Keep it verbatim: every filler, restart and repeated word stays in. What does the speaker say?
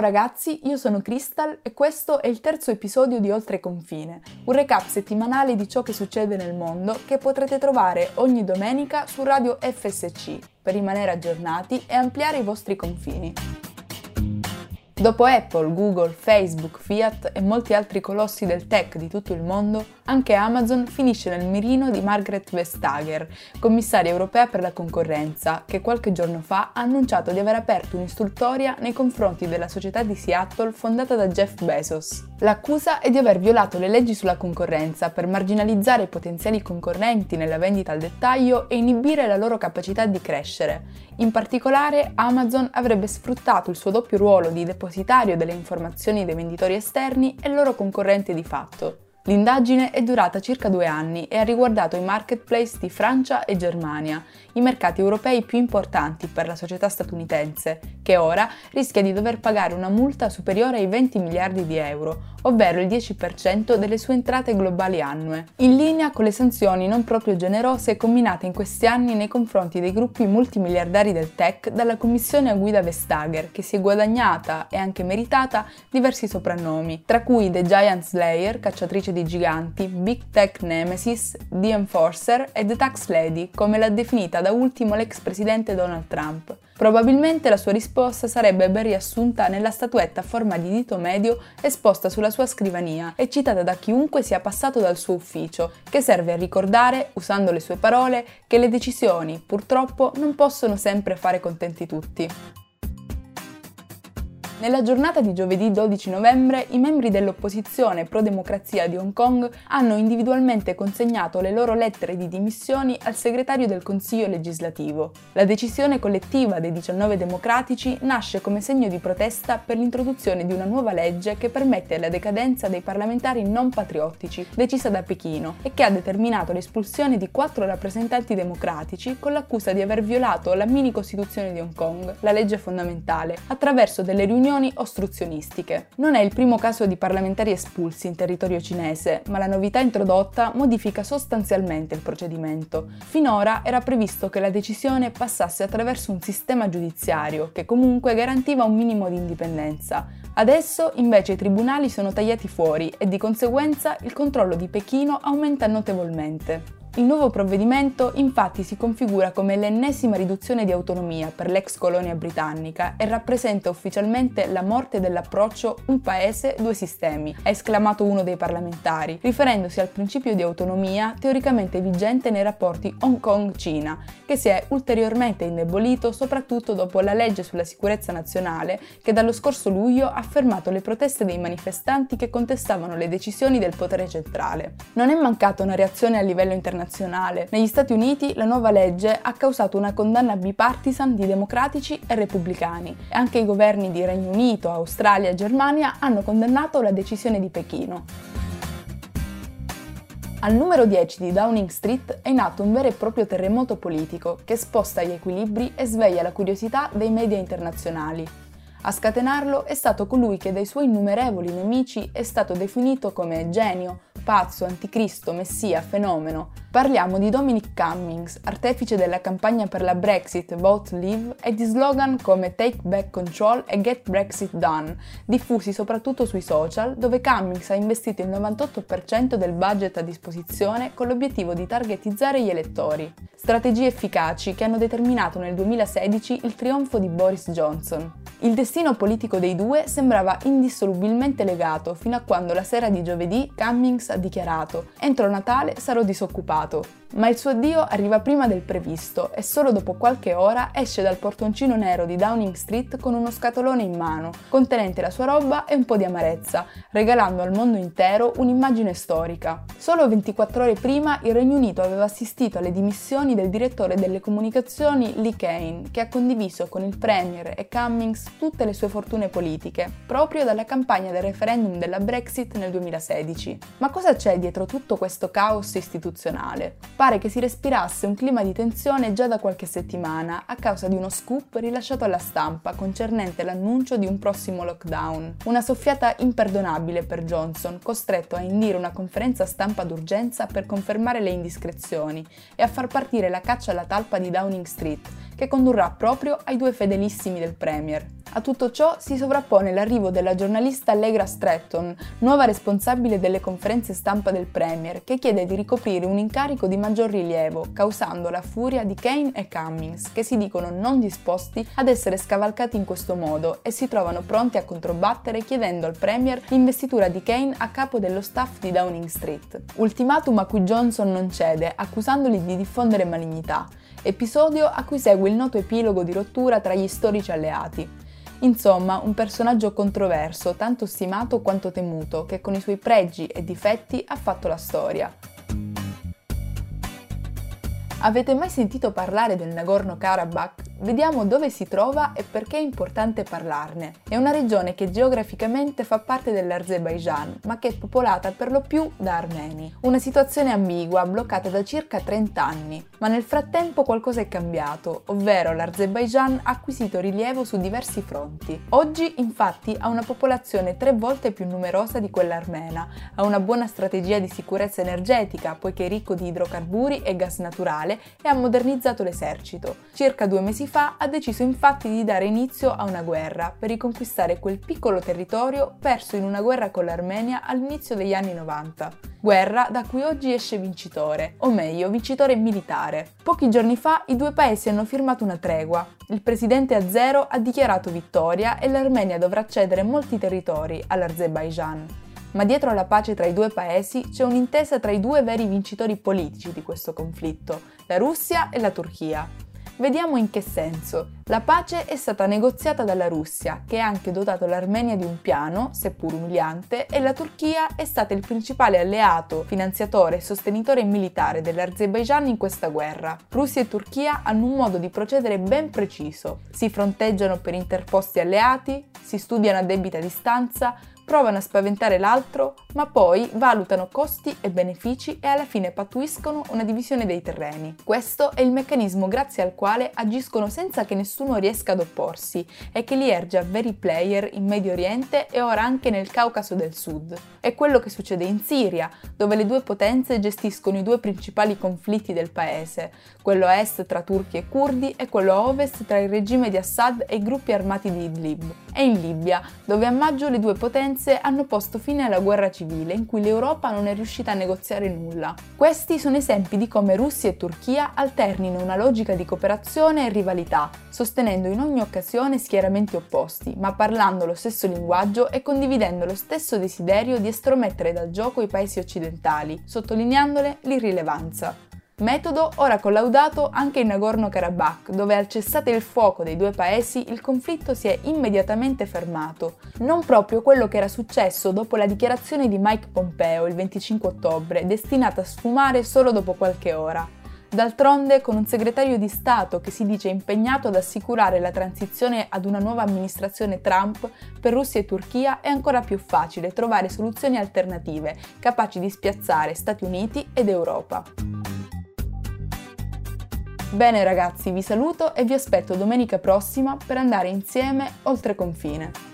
ragazzi, io sono Crystal e questo è il terzo episodio di Oltre Confine, un recap settimanale di ciò che succede nel mondo che potrete trovare ogni domenica su Radio F S C per rimanere aggiornati e ampliare i vostri confini. Dopo Apple, Google, Facebook, Fiat e molti altri colossi del tech di tutto il mondo, anche Amazon finisce nel mirino di Margrethe Vestager, commissaria europea per la concorrenza, che qualche giorno fa ha annunciato di aver aperto un'istruttoria nei confronti della società di Seattle fondata da Jeff Bezos. L'accusa è di aver violato le leggi sulla concorrenza per marginalizzare i potenziali concorrenti nella vendita al dettaglio e inibire la loro capacità di crescere. In particolare, Amazon avrebbe sfruttato il suo doppio ruolo di depositario delle informazioni dei venditori esterni e loro concorrente di fatto. L'indagine è durata circa due anni e ha riguardato i marketplace di Francia e Germania, i mercati europei più importanti per la società statunitense, che ora rischia di dover pagare una multa superiore ai venti miliardi di euro, ovvero il dieci per cento delle sue entrate globali annue, in linea con le sanzioni non proprio generose combinate in questi anni nei confronti dei gruppi multimiliardari del tech dalla commissione a guida Vestager, che si è guadagnata e anche meritata diversi soprannomi, tra cui The Giant Slayer, cacciatrice di giganti, Big Tech Nemesis, The Enforcer e The Tax Lady, come l'ha definita da ultimo l'ex presidente Donald Trump. Probabilmente la sua risposta sarebbe ben riassunta nella statuetta a forma di dito medio esposta sulla sua scrivania e citata da chiunque sia passato dal suo ufficio, che serve a ricordare, usando le sue parole, che le decisioni, purtroppo, non possono sempre fare contenti tutti. Nella giornata di giovedì dodici novembre, i membri dell'opposizione pro-democrazia di Hong Kong hanno individualmente consegnato le loro lettere di dimissioni al segretario del Consiglio legislativo. La decisione collettiva dei diciannove democratici nasce come segno di protesta per l'introduzione di una nuova legge che permette la decadenza dei parlamentari non patriottici, decisa da Pechino, e che ha determinato l'espulsione di quattro rappresentanti democratici con l'accusa di aver violato la mini Costituzione di Hong Kong, la legge fondamentale, attraverso delle riunioni ostruzionistiche. Non è il primo caso di parlamentari espulsi in territorio cinese, ma la novità introdotta modifica sostanzialmente il procedimento. Finora era previsto che la decisione passasse attraverso un sistema giudiziario che comunque garantiva un minimo di indipendenza. Adesso invece i tribunali sono tagliati fuori e di conseguenza il controllo di Pechino aumenta notevolmente. Il nuovo provvedimento infatti si configura come l'ennesima riduzione di autonomia per l'ex colonia britannica e rappresenta ufficialmente la morte dell'approccio un paese, due sistemi, ha esclamato uno dei parlamentari, riferendosi al principio di autonomia teoricamente vigente nei rapporti Hong Kong-Cina, che si è ulteriormente indebolito soprattutto dopo la legge sulla sicurezza nazionale che dallo scorso luglio ha fermato le proteste dei manifestanti che contestavano le decisioni del potere centrale. Non è mancata una reazione a livello internazionale. Negli Stati Uniti la nuova legge ha causato una condanna bipartisan di democratici e repubblicani e anche i governi di Regno Unito, Australia e Germania hanno condannato la decisione di Pechino. Al numero dieci di Downing Street è in atto un vero e proprio terremoto politico che sposta gli equilibri e sveglia la curiosità dei media internazionali. A scatenarlo è stato colui che dai suoi innumerevoli nemici è stato definito come genio, pazzo, anticristo, messia, fenomeno. Parliamo di Dominic Cummings, artefice della campagna per la Brexit Vote Leave e di slogan come Take Back Control e Get Brexit Done, diffusi soprattutto sui social, dove Cummings ha investito il novantotto per cento del budget a disposizione con l'obiettivo di targetizzare gli elettori. Strategie efficaci che hanno determinato nel duemilasedici il trionfo di Boris Johnson. Il destino politico dei due sembrava indissolubilmente legato fino a quando la sera di giovedì Cummings ha dichiarato «Entro Natale sarò disoccupato». Ma il suo addio arriva prima del previsto e solo dopo qualche ora esce dal portoncino nero di Downing Street con uno scatolone in mano, contenente la sua roba e un po' di amarezza, regalando al mondo intero un'immagine storica. Solo ventiquattro ore prima il Regno Unito aveva assistito alle dimissioni del direttore delle comunicazioni Lee Kane, che ha condiviso con il Premier e Cummings tutte le sue fortune politiche, proprio dalla campagna del referendum della Brexit nel duemilasedici. Ma cosa c'è dietro tutto questo caos istituzionale? Pare che si respirasse un clima di tensione già da qualche settimana a causa di uno scoop rilasciato alla stampa concernente l'annuncio di un prossimo lockdown. Una soffiata imperdonabile per Johnson, costretto a indire una conferenza stampa d'urgenza per confermare le indiscrezioni e a far partire la caccia alla talpa di Downing Street, che condurrà proprio ai due fedelissimi del Premier. A tutto ciò si sovrappone l'arrivo della giornalista Allegra Stratton, nuova responsabile delle conferenze stampa del Premier, che chiede di ricoprire un incarico di maggior rilievo, causando la furia di Kane e Cummings, che si dicono non disposti ad essere scavalcati in questo modo e si trovano pronti a controbattere chiedendo al Premier l'investitura di Kane a capo dello staff di Downing Street. Ultimatum a cui Johnson non cede, accusandoli di diffondere malignità, episodio a cui segue il noto epilogo di rottura tra gli storici alleati. Insomma, un personaggio controverso, tanto stimato quanto temuto, che con i suoi pregi e difetti ha fatto la storia. Avete mai sentito parlare del Nagorno-Karabakh? Vediamo dove si trova e perché è importante parlarne. È una regione che geograficamente fa parte dell'Azerbaigian, ma che è popolata per lo più da armeni. Una situazione ambigua, bloccata da circa trenta anni. Ma nel frattempo qualcosa è cambiato, ovvero l'Azerbaigian ha acquisito rilievo su diversi fronti. Oggi, infatti, ha una popolazione tre volte più numerosa di quella armena, ha una buona strategia di sicurezza energetica, poiché è ricco di idrocarburi e gas naturale, e ha modernizzato l'esercito. Circa due mesi fa ha deciso infatti di dare inizio a una guerra per riconquistare quel piccolo territorio perso in una guerra con l'Armenia all'inizio degli anni novanta. Guerra da cui oggi esce vincitore, o meglio vincitore militare. Pochi giorni fa i due paesi hanno firmato una tregua. Il presidente azero ha dichiarato vittoria e l'Armenia dovrà cedere molti territori all'Azerbaigian. Ma dietro alla pace tra i due paesi c'è un'intesa tra i due veri vincitori politici di questo conflitto, la Russia e la Turchia. Vediamo in che senso. La pace è stata negoziata dalla Russia, che ha anche dotato l'Armenia di un piano, seppur umiliante, e la Turchia è stata il principale alleato, finanziatore e sostenitore militare dell'Azerbaigian in questa guerra. Russia e Turchia hanno un modo di procedere ben preciso. Si fronteggiano per interposti alleati, si studiano a debita distanza, provano a spaventare l'altro, ma poi valutano costi e benefici e alla fine pattuiscono una divisione dei terreni. Questo è il meccanismo grazie al quale agiscono senza che nessuno riesca ad opporsi e che li erge a veri player in Medio Oriente e ora anche nel Caucaso del Sud. È quello che succede in Siria, dove le due potenze gestiscono i due principali conflitti del paese, quello a est tra turchi e curdi e quello a ovest tra il regime di Assad e i gruppi armati di Idlib. E in Libia, dove a maggio le due potenze hanno posto fine alla guerra civile in cui l'Europa non è riuscita a negoziare nulla. Questi sono esempi di come Russia e Turchia alternino una logica di cooperazione e rivalità, sostenendo in ogni occasione schieramenti opposti, ma parlando lo stesso linguaggio e condividendo lo stesso desiderio di estromettere dal gioco i paesi occidentali, sottolineandone l'irrilevanza. Metodo ora collaudato anche in Nagorno-Karabakh, dove al cessate il fuoco dei due paesi il conflitto si è immediatamente fermato. Non proprio quello che era successo dopo la dichiarazione di Mike Pompeo il venticinque ottobre, destinata a sfumare solo dopo qualche ora. D'altronde, con un segretario di Stato che si dice impegnato ad assicurare la transizione ad una nuova amministrazione Trump, per Russia e Turchia è ancora più facile trovare soluzioni alternative, capaci di spiazzare Stati Uniti ed Europa. Bene ragazzi, vi saluto e vi aspetto domenica prossima per andare insieme oltre confine.